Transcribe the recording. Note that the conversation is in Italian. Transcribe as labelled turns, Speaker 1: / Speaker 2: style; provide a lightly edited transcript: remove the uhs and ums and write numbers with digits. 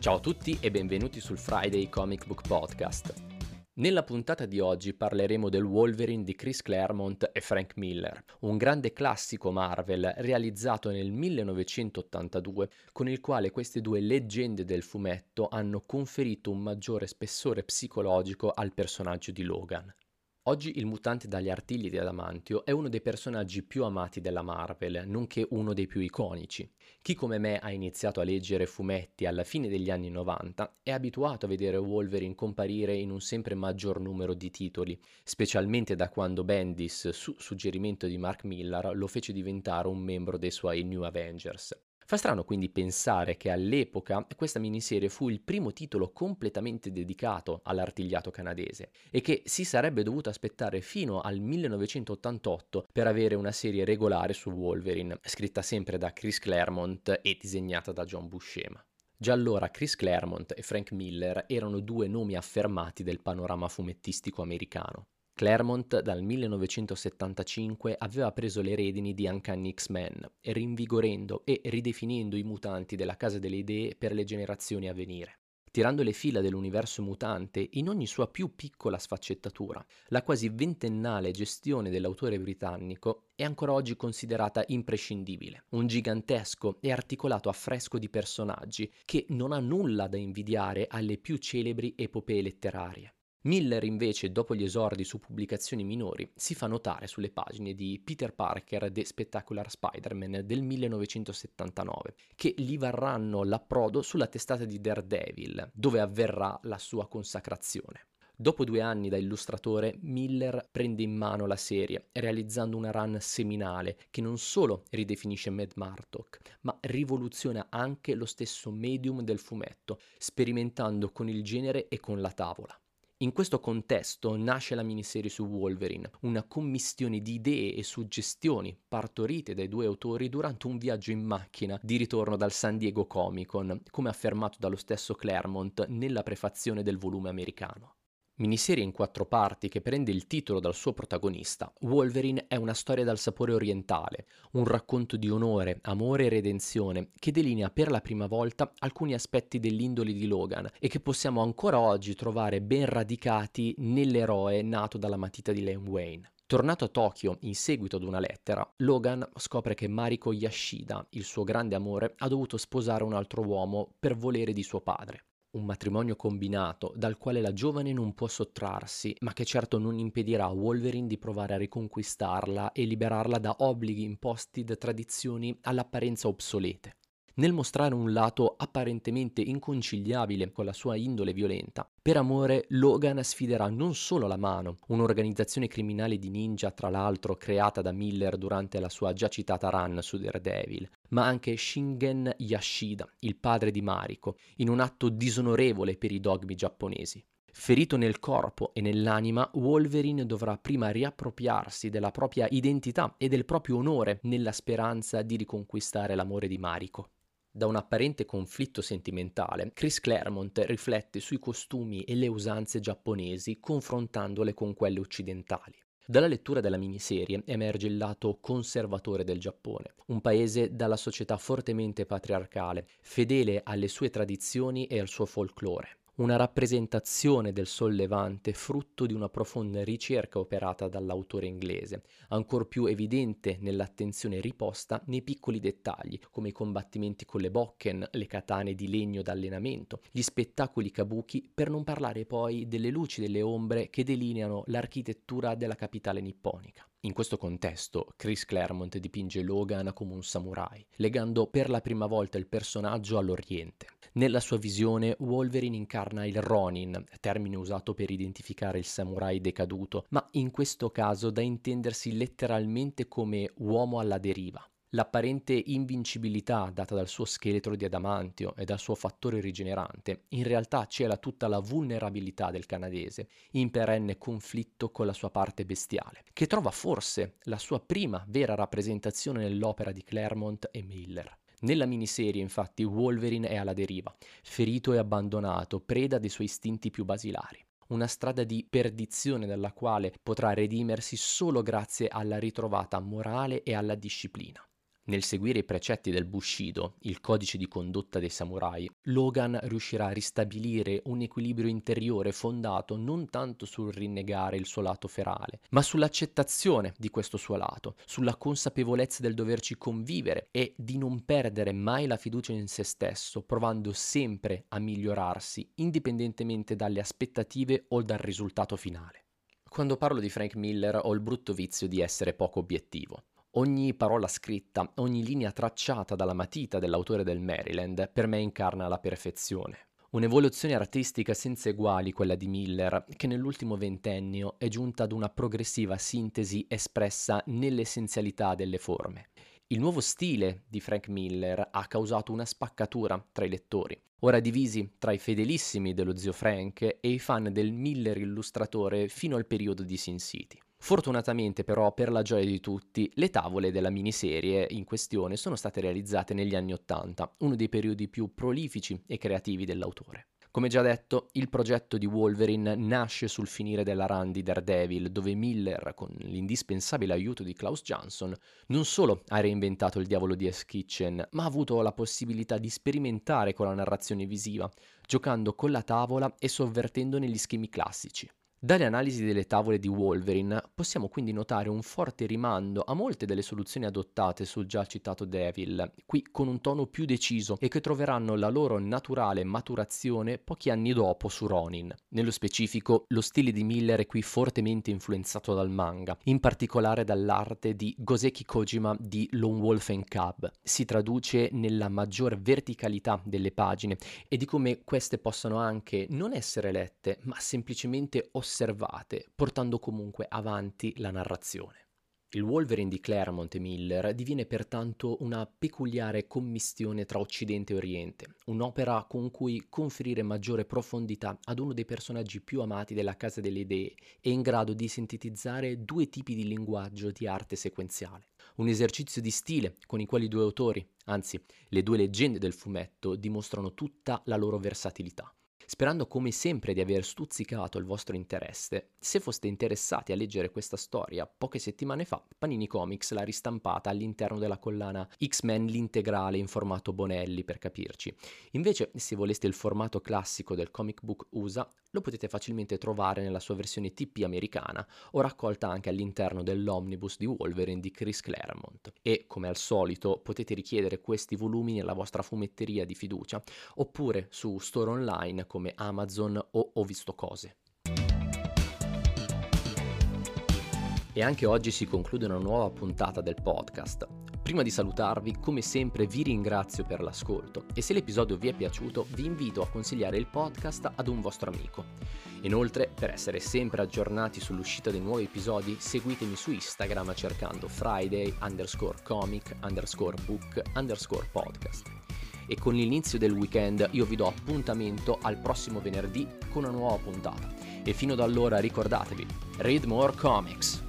Speaker 1: Ciao a tutti e benvenuti sul Friday Comic Book Podcast. Nella puntata di oggi parleremo del Wolverine di Chris Claremont e Frank Miller, un grande classico Marvel realizzato nel 1982, con il quale queste due leggende del fumetto hanno conferito un maggiore spessore psicologico al personaggio di Logan. Oggi il mutante dagli artigli di adamantio è uno dei personaggi più amati della Marvel, nonché uno dei più iconici. Chi come me ha iniziato a leggere fumetti alla fine degli anni 90 è abituato a vedere Wolverine comparire in un sempre maggior numero di titoli, specialmente da quando Bendis, su suggerimento di Mark Millar, lo fece diventare un membro dei suoi New Avengers. Fa strano quindi pensare che all'epoca questa miniserie fu il primo titolo completamente dedicato all'artigliato canadese e che si sarebbe dovuto aspettare fino al 1988 per avere una serie regolare su Wolverine, scritta sempre da Chris Claremont e disegnata da John Buscema. Già allora Chris Claremont e Frank Miller erano due nomi affermati del panorama fumettistico americano. Claremont dal 1975 aveva preso le redini di Uncanny X-Men, rinvigorendo e ridefinendo i mutanti della Casa delle Idee per le generazioni a venire. Tirando le fila dell'universo mutante in ogni sua più piccola sfaccettatura, la quasi ventennale gestione dell'autore britannico è ancora oggi considerata imprescindibile, un gigantesco e articolato affresco di personaggi che non ha nulla da invidiare alle più celebri epopee letterarie. Miller invece, dopo gli esordi su pubblicazioni minori, si fa notare sulle pagine di Peter Parker The Spectacular Spider-Man del 1979, che gli varranno l'approdo sulla testata di Daredevil, dove avverrà la sua consacrazione. Dopo 2 anni da illustratore, Miller prende in mano la serie, realizzando una run seminale che non solo ridefinisce Mad Murdock, ma rivoluziona anche lo stesso medium del fumetto, sperimentando con il genere e con la tavola. In questo contesto nasce la miniserie su Wolverine, una commistione di idee e suggestioni partorite dai due autori durante un viaggio in macchina di ritorno dal San Diego Comic Con, come affermato dallo stesso Claremont nella prefazione del volume americano. Miniserie in 4 parti che prende il titolo dal suo protagonista, Wolverine è una storia dal sapore orientale, un racconto di onore, amore e redenzione che delinea per la prima volta alcuni aspetti dell'indole di Logan e che possiamo ancora oggi trovare ben radicati nell'eroe nato dalla matita di Len Wayne. Tornato a Tokyo in seguito ad una lettera, Logan scopre che Mariko Yashida, il suo grande amore, ha dovuto sposare un altro uomo per volere di suo padre. Un matrimonio combinato dal quale la giovane non può sottrarsi, ma che certo non impedirà a Wolverine di provare a riconquistarla e liberarla da obblighi imposti da tradizioni all'apparenza obsolete. Nel mostrare un lato apparentemente inconciliabile con la sua indole violenta, per amore Logan sfiderà non solo la Mano, un'organizzazione criminale di ninja tra l'altro creata da Miller durante la sua già citata run su Daredevil, ma anche Shingen Yashida, il padre di Mariko, in un atto disonorevole per i dogmi giapponesi. Ferito nel corpo e nell'anima, Wolverine dovrà prima riappropriarsi della propria identità e del proprio onore nella speranza di riconquistare l'amore di Mariko. Da un apparente conflitto sentimentale, Chris Claremont riflette sui costumi e le usanze giapponesi confrontandole con quelle occidentali. Dalla lettura della miniserie emerge il lato conservatore del Giappone, un paese dalla società fortemente patriarcale, fedele alle sue tradizioni e al suo folklore. Una rappresentazione del Sol Levante frutto di una profonda ricerca operata dall'autore inglese, ancor più evidente nell'attenzione riposta nei piccoli dettagli, come i combattimenti con le bokken, le katane di legno d'allenamento, gli spettacoli kabuki, per non parlare poi delle luci e delle ombre che delineano l'architettura della capitale nipponica. In questo contesto, Chris Claremont dipinge Logan come un samurai, legando per la prima volta il personaggio all'Oriente. Nella sua visione, Wolverine incarna il Ronin, termine usato per identificare il samurai decaduto, ma in questo caso da intendersi letteralmente come uomo alla deriva. L'apparente invincibilità data dal suo scheletro di adamantio e dal suo fattore rigenerante, in realtà cela tutta la vulnerabilità del canadese, in perenne conflitto con la sua parte bestiale, che trova forse la sua prima vera rappresentazione nell'opera di Claremont e Miller. Nella miniserie, infatti, Wolverine è alla deriva, ferito e abbandonato, preda dei suoi istinti più basilari. Una strada di perdizione dalla quale potrà redimersi solo grazie alla ritrovata morale e alla disciplina. Nel seguire i precetti del Bushido, il codice di condotta dei samurai, Logan riuscirà a ristabilire un equilibrio interiore fondato non tanto sul rinnegare il suo lato ferale, ma sull'accettazione di questo suo lato, sulla consapevolezza del doverci convivere e di non perdere mai la fiducia in se stesso, provando sempre a migliorarsi, indipendentemente dalle aspettative o dal risultato finale. Quando parlo di Frank Miller ho il brutto vizio di essere poco obiettivo. Ogni parola scritta, ogni linea tracciata dalla matita dell'autore del Maryland per me incarna la perfezione. Un'evoluzione artistica senza eguali quella di Miller, che nell'ultimo ventennio è giunta ad una progressiva sintesi espressa nell'essenzialità delle forme. Il nuovo stile di Frank Miller ha causato una spaccatura tra i lettori, ora divisi tra i fedelissimi dello zio Frank e i fan del Miller illustratore fino al periodo di Sin City. Fortunatamente però, per la gioia di tutti, le tavole della miniserie in questione sono state realizzate negli anni '80, uno dei periodi più prolifici e creativi dell'autore. Come già detto, il progetto di Wolverine nasce sul finire della run di Daredevil, dove Miller, con l'indispensabile aiuto di Klaus Jansson, non solo ha reinventato il diavolo di Hell's Kitchen, ma ha avuto la possibilità di sperimentare con la narrazione visiva, giocando con la tavola e sovvertendo negli schemi classici. Dalle analisi delle tavole di Wolverine possiamo quindi notare un forte rimando a molte delle soluzioni adottate sul già citato Devil, qui con un tono più deciso e che troveranno la loro naturale maturazione pochi anni dopo su Ronin. Nello specifico, lo stile di Miller è qui fortemente influenzato dal manga, in particolare dall'arte di Goseki Kojima di Lone Wolf and Cub. Si traduce nella maggior verticalità delle pagine e di come queste possano anche non essere lette, ma semplicemente osservate, portando comunque avanti la narrazione. Il Wolverine di Claremont e Miller diviene pertanto una peculiare commistione tra Occidente e Oriente, un'opera con cui conferire maggiore profondità ad uno dei personaggi più amati della Casa delle Idee e in grado di sintetizzare due tipi di linguaggio di arte sequenziale. Un esercizio di stile con i quali i due autori, anzi le due leggende del fumetto, dimostrano tutta la loro versatilità. Sperando come sempre di aver stuzzicato il vostro interesse, se foste interessati a leggere questa storia, poche settimane fa Panini Comics l'ha ristampata all'interno della collana X-Men l'integrale in formato Bonelli, per capirci. Invece, se voleste il formato classico del comic book USA, lo potete facilmente trovare nella sua versione TP americana o raccolta anche all'interno dell'omnibus di Wolverine di Chris Claremont. E, come al solito, potete richiedere questi volumi nella vostra fumetteria di fiducia oppure su store online come Amazon o Ho Visto Cose. E anche oggi si conclude una nuova puntata del podcast. Prima di salutarvi, come sempre, vi ringrazio per l'ascolto e se l'episodio vi è piaciuto vi invito a consigliare il podcast ad un vostro amico. Inoltre, per essere sempre aggiornati sull'uscita dei nuovi episodi, seguitemi su Instagram cercando Friday_comic_book_podcast. E con l'inizio del weekend io vi do appuntamento al prossimo venerdì con una nuova puntata. E fino ad allora ricordatevi, read more comics!